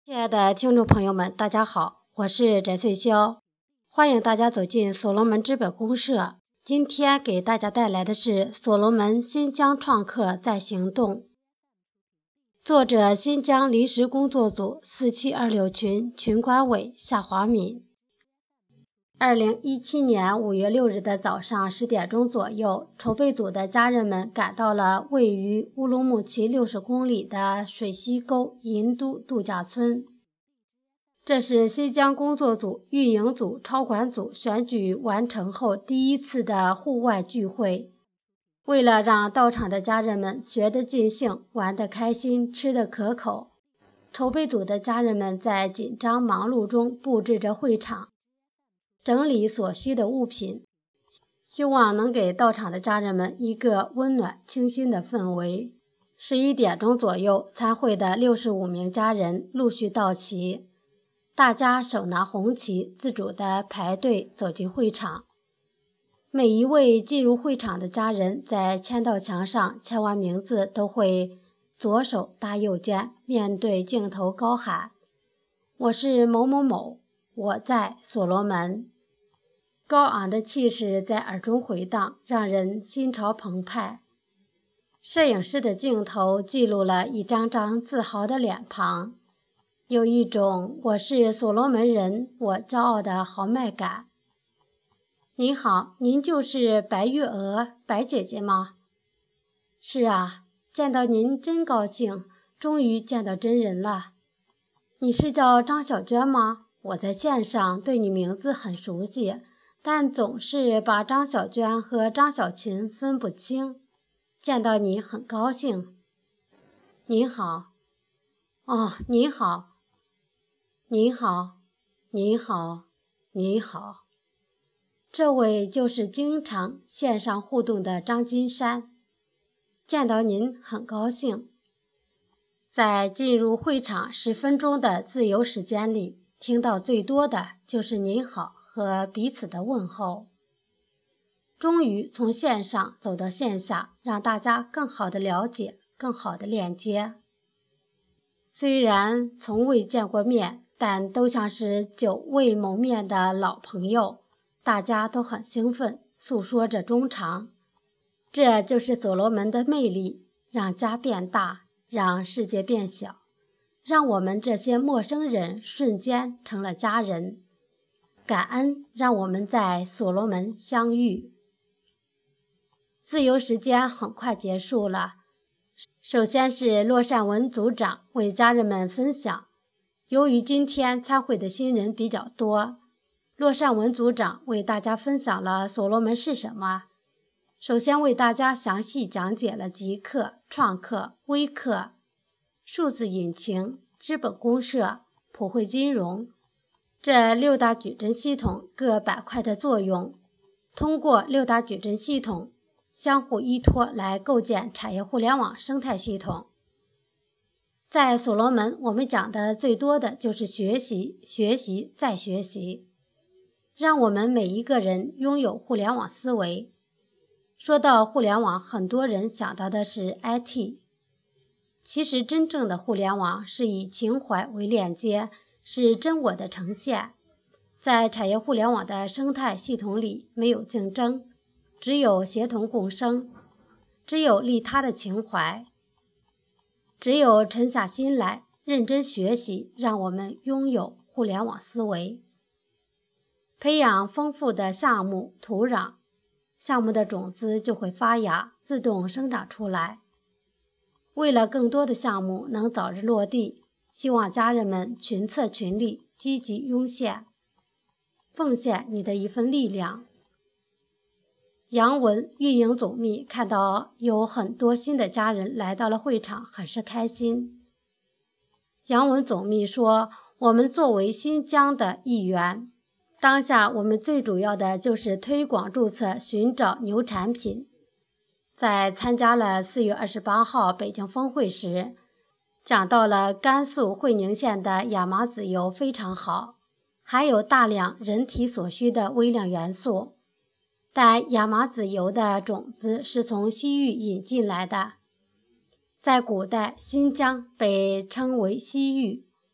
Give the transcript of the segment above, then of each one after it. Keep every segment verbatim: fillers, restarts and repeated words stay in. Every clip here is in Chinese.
亲爱的听众朋友们，大家好，我是翟翠霄，欢迎大家走进所罗门资本公社。今天给大家带来的是所罗门新疆创客在行动，作者新疆临时工作组四七二六群群管委夏华敏。二零一七年五月六日的早上十点钟左右，筹备组的家人们赶到了位于乌鲁木齐六十公里的水西沟银都度假村。这是新疆工作组、运营组、超管组选举完成后第一次的户外聚会。为了让到场的家人们学得尽兴、玩得开心、吃得可口，筹备组的家人们在紧张忙碌中布置着会场，整理所需的物品，希望能给到场的家人们一个温暖清新的氛围。十一点钟左右，参会的六十五名家人陆续到齐，大家手拿红旗，自主地排队走进会场。每一位进入会场的家人在签到墙上签完名字，都会左手搭右肩，面对镜头高喊：“我是某某某，我在所罗门。”高昂的气势在耳中回荡，让人心潮澎湃。摄影师的镜头记录了一张张自豪的脸庞，有一种我是所罗门人，我骄傲的豪迈感。您好，您就是白月娥，白姐姐吗？是啊，见到您真高兴，终于见到真人了。你是叫张小娟吗？我在线上对你名字很熟悉，但总是把张小娟和张小琴分不清。见到你很高兴。您好。哦，您好。您好，您好，您好。这位就是经常线上互动的张金山。见到您很高兴。在进入会场十分钟的自由时间里，听到最多的就是您好和彼此的问候。终于从线上走到线下，让大家更好的了解，更好的链接。虽然从未见过面，但都像是久未谋面的老朋友，大家都很兴奋，诉说着衷肠。这就是所罗门的魅力，让家变大，让世界变小，让我们这些陌生人瞬间成了家人。感恩让我们在所罗门相遇。自由时间很快结束了。首先是骆善文组长为家人们分享。由于今天参会的新人比较多，骆善文组长为大家分享了所罗门是什么。首先为大家详细讲解了极客、创客、微客、数字引擎、资本公社、普惠金融这六大矩阵系统各板块的作用，通过六大矩阵系统相互依托来构建产业互联网生态系统。在所罗门，我们讲的最多的就是学习、学习再学习，让我们每一个人拥有互联网思维。说到互联网，很多人想到的是 I T， 其实真正的互联网是以情怀为链接，是真我的呈现。在产业互联网的生态系统里，没有竞争，只有协同共生，只有利他的情怀，只有沉下心来认真学习，让我们拥有互联网思维。培养丰富的项目土壤，项目的种子就会发芽，自动生长出来。为了更多的项目能早日落地，希望家人们群策群力，积极涌现，奉献你的一份力量。杨文运营总秘看到有很多新的家人来到了会场，很是开心。杨文总秘说，我们作为新疆的一员，当下我们最主要的就是推广注册，寻找牛产品。在参加了四月二十八号北京峰会时，讲到了甘肃会宁县的亚麻籽油非常好，含有大量人体所需的微量元素。但亚麻籽油的种子是从西域引进来的，在古代新疆被称为西域，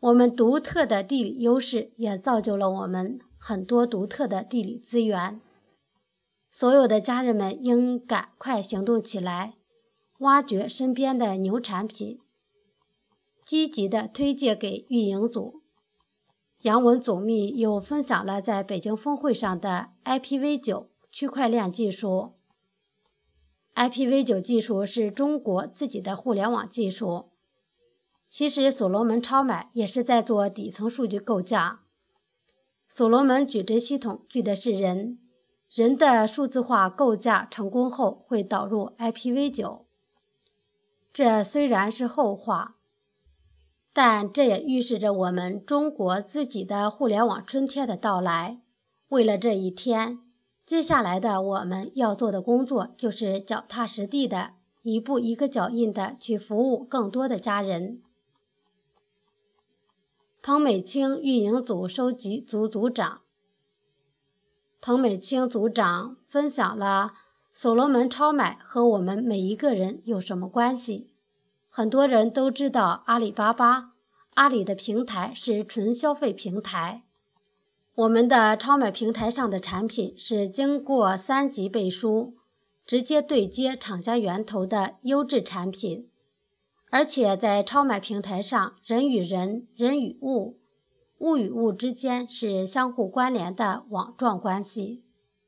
我们独特的地理优势也造就了我们很多独特的地理资源。所有的家人们应赶快行动起来，挖掘身边的牛产品，积极地推介给运营组。杨文总秘又分享了在北京峰会上的 I P v 九 区块链技术。I P v 九 技术是中国自己的互联网技术。其实所罗门超买也是在做底层数据构架。所罗门矩阵系统聚的是人，人的数字化构架成功后会导入 I P v 九。这虽然是后话，但这也预示着我们中国自己的互联网春天的到来。为了这一天，接下来的我们要做的工作就是脚踏实地的，一步一个脚印的去服务更多的家人。彭美清运营组收集组组长彭美清组长分享了所罗门超买和我们每一个人有什么关系。很多人都知道阿里巴巴，阿里的平台是纯消费平台。我们的超买平台上的产品是经过三级背书，直接对接厂家源头的优质产品。而且在超买平台上，人与人、人与物、物与物之间是相互关联的网状关系，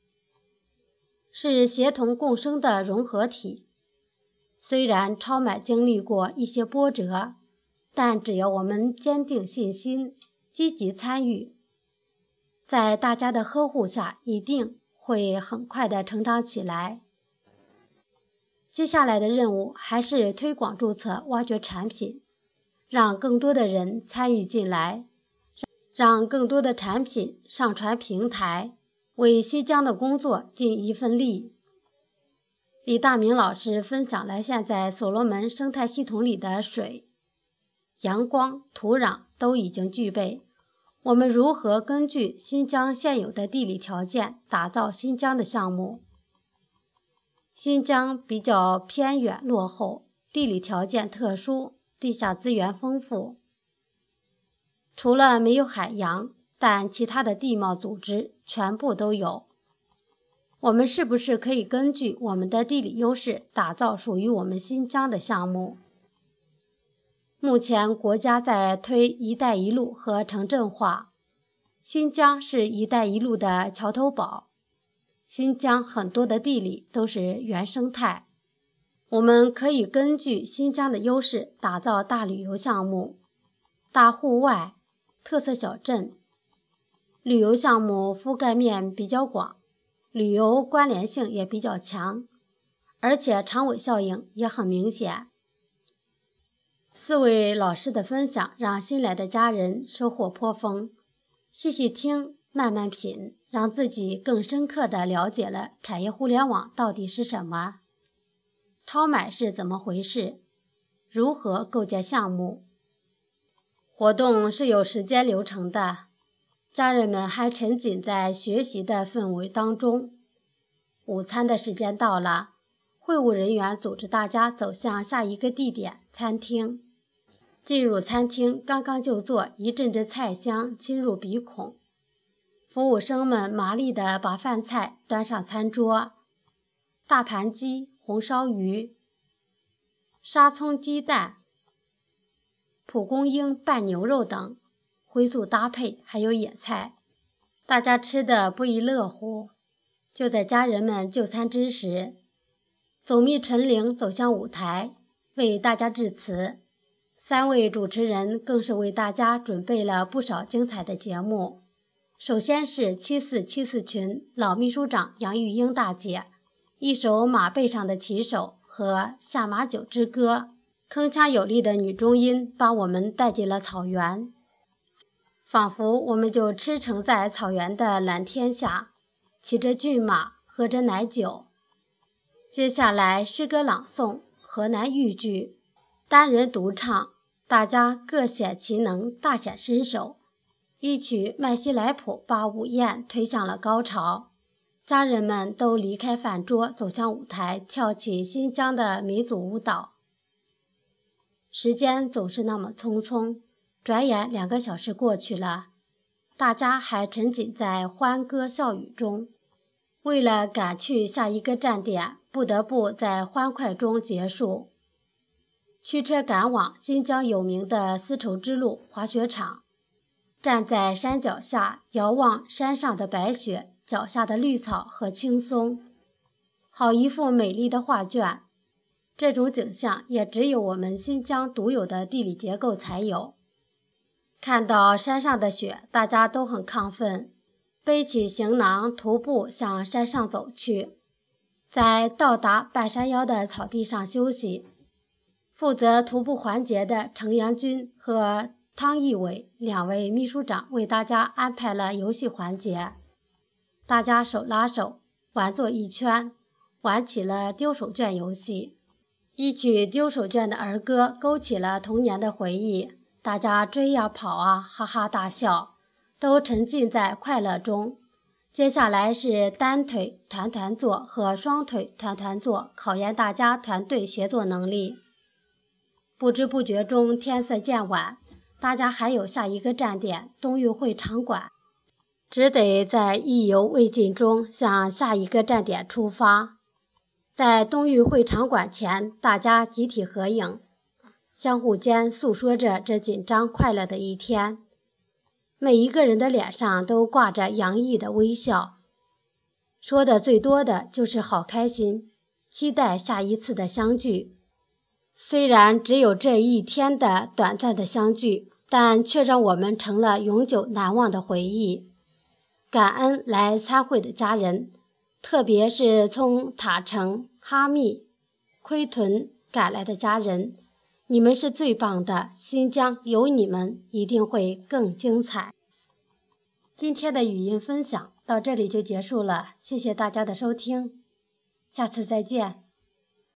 是协同共生的融合体。虽然超买经历过一些波折，但只要我们坚定信心，积极参与，在大家的呵护下，一定会很快的成长起来。接下来的任务还是推广注册、挖掘产品，让更多的人参与进来，让更多的产品上传平台，为西江的工作尽一份力。李大明老师分享了现在所罗门生态系统里的水、阳光、土壤都已经具备，我们如何根据新疆现有的地理条件打造新疆的项目？新疆比较偏远落后，地理条件特殊，地下资源丰富。除了没有海洋，但其他的地貌组织全部都有。我们是不是可以根据我们的地理优势，打造属于我们新疆的项目？目前国家在推“一带一路”和城镇化，新疆是一带一路的桥头堡。新疆很多的地理都是原生态，我们可以根据新疆的优势打造大旅游项目、大户外、特色小镇。旅游项目覆盖面比较广，旅游关联性也比较强，而且长尾效应也很明显。四位老师的分享让新来的家人收获颇丰，细细听，慢慢品，让自己更深刻地了解了产业互联网到底是什么，超买是怎么回事，如何构建项目。活动是有时间流程的，家人们还沉浸在学习的氛围当中。午餐的时间到了，会务人员组织大家走向下一个地点餐厅。进入餐厅，刚刚就坐，一阵阵菜香侵入鼻孔。服务生们麻利地把饭菜端上餐桌，大盘鸡、红烧鱼、沙葱鸡蛋、蒲公英拌牛肉等荤素搭配，还有野菜，大家吃得不亦乐乎。就在家人们就餐之时，总秘陈玲走向舞台，为大家致辞。三位主持人更是为大家准备了不少精彩的节目。首先是七四七四群老秘书长杨玉英大姐，一首马背上的骑手和下马酒之歌，铿锵有力的女中音把我们带进了草原，仿佛我们就驰骋在草原的蓝天下，骑着骏马，喝着奶酒。接下来诗歌朗诵、河南豫剧、单人独唱，大家各显其能，大显身手。一曲《麦西来普》把午宴推向了高潮，家人们都离开饭桌，走向舞台，跳起新疆的民族舞蹈。时间总是那么匆匆， 转眼两个小时过去了，大家还沉浸在欢歌笑语中。为了赶去下一个站点，不得不在欢快中结束。驱车赶往新疆有名的丝绸之路滑雪场，站在山脚下遥望山上的白雪，脚下的绿草和青松，好一幅美丽的画卷。这种景象也只有我们新疆独有的地理结构才有。看到山上的雪，大家都很亢奋，背起行囊徒步向山上走去。在到达半山腰的草地上休息，负责徒步环节的程阳军和汤义伟两位秘书长为大家安排了游戏环节。大家手拉手玩作一圈，玩起了丢手绢游戏。一曲丢手绢的儿歌勾起了童年的回忆，大家追呀跑啊，哈哈大笑，都沉浸在快乐中。接下来是单腿团团坐和双腿团团坐，考验大家团队协作能力。不知不觉中天色渐晚，大家还有下一个站点冬运会场馆，只得在意犹未尽中向下一个站点出发。在冬运会场馆前，大家集体合影，相互间诉说着这紧张快乐的一天。每一个人的脸上都挂着洋溢的微笑，说的最多的就是好开心，期待下一次的相聚。虽然只有这一天的短暂的相聚，但却让我们成了永久难忘的回忆。感恩来参会的家人，特别是从塔城、哈密、奎屯赶来的家人，你们是最棒的，新疆有你们一定会更精彩。今天的语音分享到这里就结束了，谢谢大家的收听，下次再见。